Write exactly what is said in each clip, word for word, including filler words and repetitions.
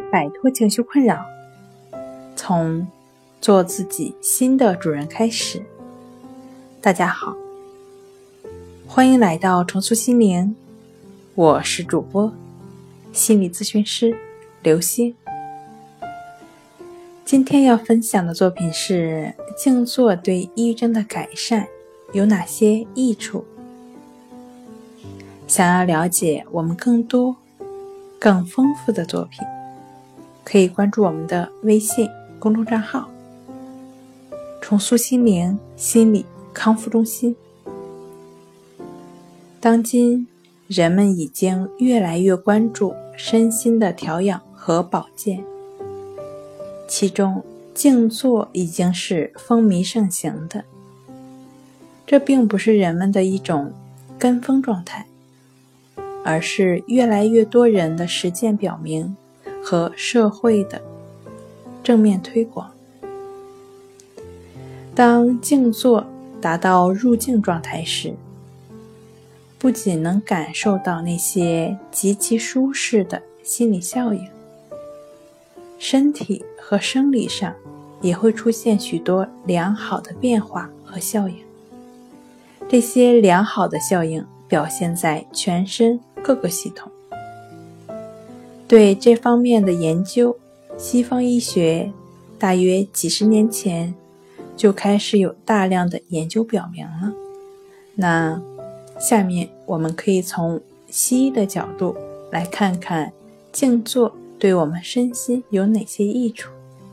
摆脱情绪困扰，从做自己新的主人开始。大家好，欢迎来到重塑心灵，我是主播心理咨询师刘星。今天要分享的作品是静坐对抑郁症的改善有哪些益处。想要了解我们更多更丰富的作品，可以关注我们的微信公众账号重塑心灵心理康复中心。当今人们已经越来越关注身心的调养和保健，其中静坐已经是风靡盛行的。这并不是人们的一种跟风状态，而是越来越多人的实践表明和社会的正面推广。当静坐达到入静状态时，不仅能感受到那些极其舒适的心理效应，身体和生理上也会出现许多良好的变化和效应。这些良好的效应表现在全身各个系统。对这方面的研究，西方医学大约几十年前就开始有大量的研究表明了。那下面我们可以从西医的角度来看看静坐对我们身心有哪些益处。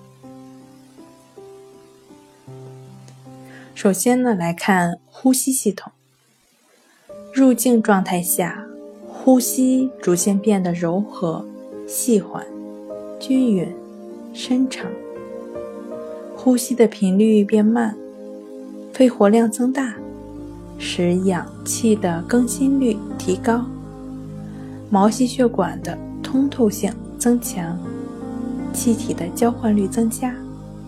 首先呢，来看呼吸系统。入静状态下，呼吸逐渐变得柔和、细缓、均匀、深长，呼吸的频率变慢，肺活量增大，使氧气的更新率提高，毛细血管的通透性增强，气体的交换率增加。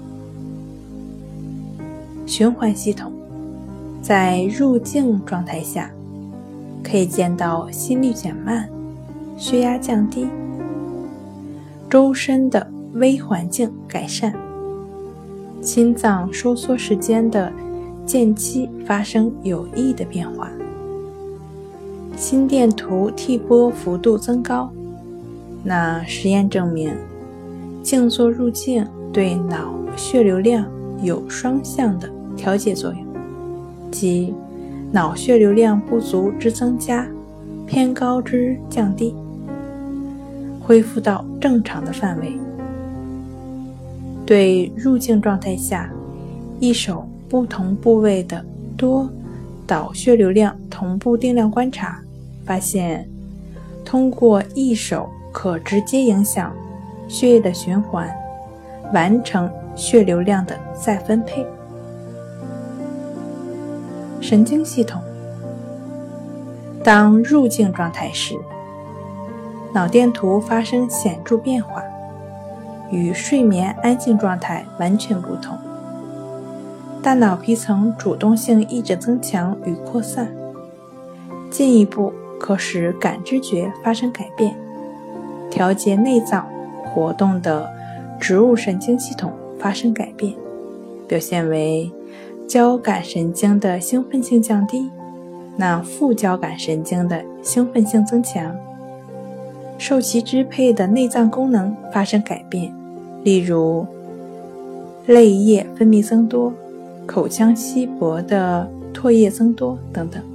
循环系统在入静状态下，可以见到心率减慢，血压降低，周身的微环境改善，心脏收缩时间的间期发生有益的变化，心电图替波幅度增高。那实验证明，静坐入静对脑血流量有双向的调节作用，即脑血流量不足之增加，偏高之降低，恢复到正常的范围。对入静状态下一手不同部位的多导血流量同步定量观察，发现通过一手可直接影响血液的循环，完成血流量的再分配。神经系统，当入静状态时，脑电图发生显著变化，与睡眠安静状态完全不同。大脑皮层主动性抑制增强与扩散，进一步可使感知觉发生改变，调节内脏活动的植物神经系统发生改变，表现为交感神经的兴奋性降低，那副交感神经的兴奋性增强，受其支配的内脏功能发生改变，例如泪液分泌增多，口腔稀薄的唾液增多等等。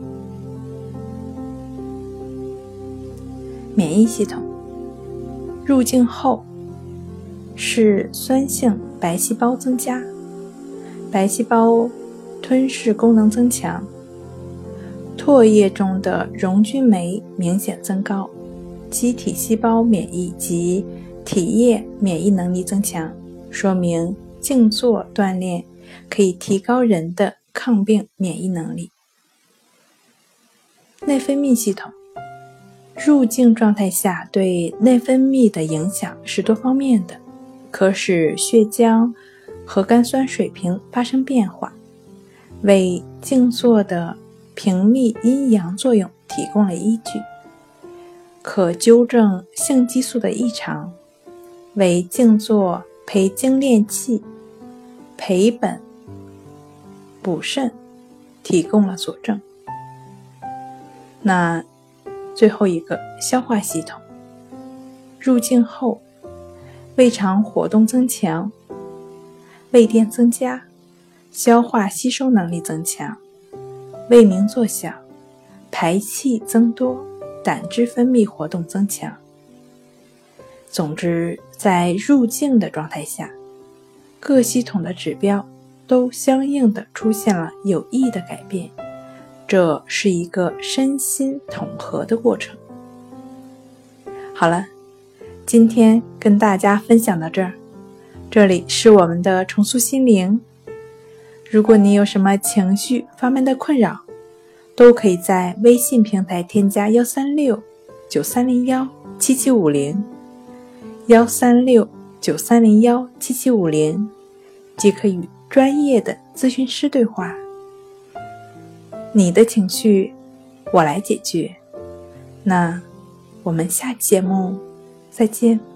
免疫系统，入静后是酸性白细胞增加，白细胞吞噬功能增强，唾液中的溶菌酶明显增高，机体细胞免疫及体液免疫能力增强，说明静坐锻炼可以提高人的抗病免疫能力。内分泌系统，入静状态下对内分泌的影响是多方面的，可使血浆核苷酸水平发生变化，为静坐的平密阴阳作用提供了依据，可纠正性激素的异常， 为静坐培精炼气、培本、补肾提供了佐证。那最后一个消化系统，入静后，胃肠活动增强，胃电增加，消化吸收能力增强，胃鸣作响，排气增多，胆汁分泌活动增强。总之，在入静的状态下，各系统的指标都相应的出现了有益的改变，这是一个身心统合的过程。好了，今天跟大家分享到这儿，这里是我们的重塑心灵。如果你有什么情绪方面的困扰，都可以在微信平台添加一三六九三零一七七五零一三六九三零一七七五零，即可与专业的咨询师对话。你的情绪我来解决。那我们下期节目再见。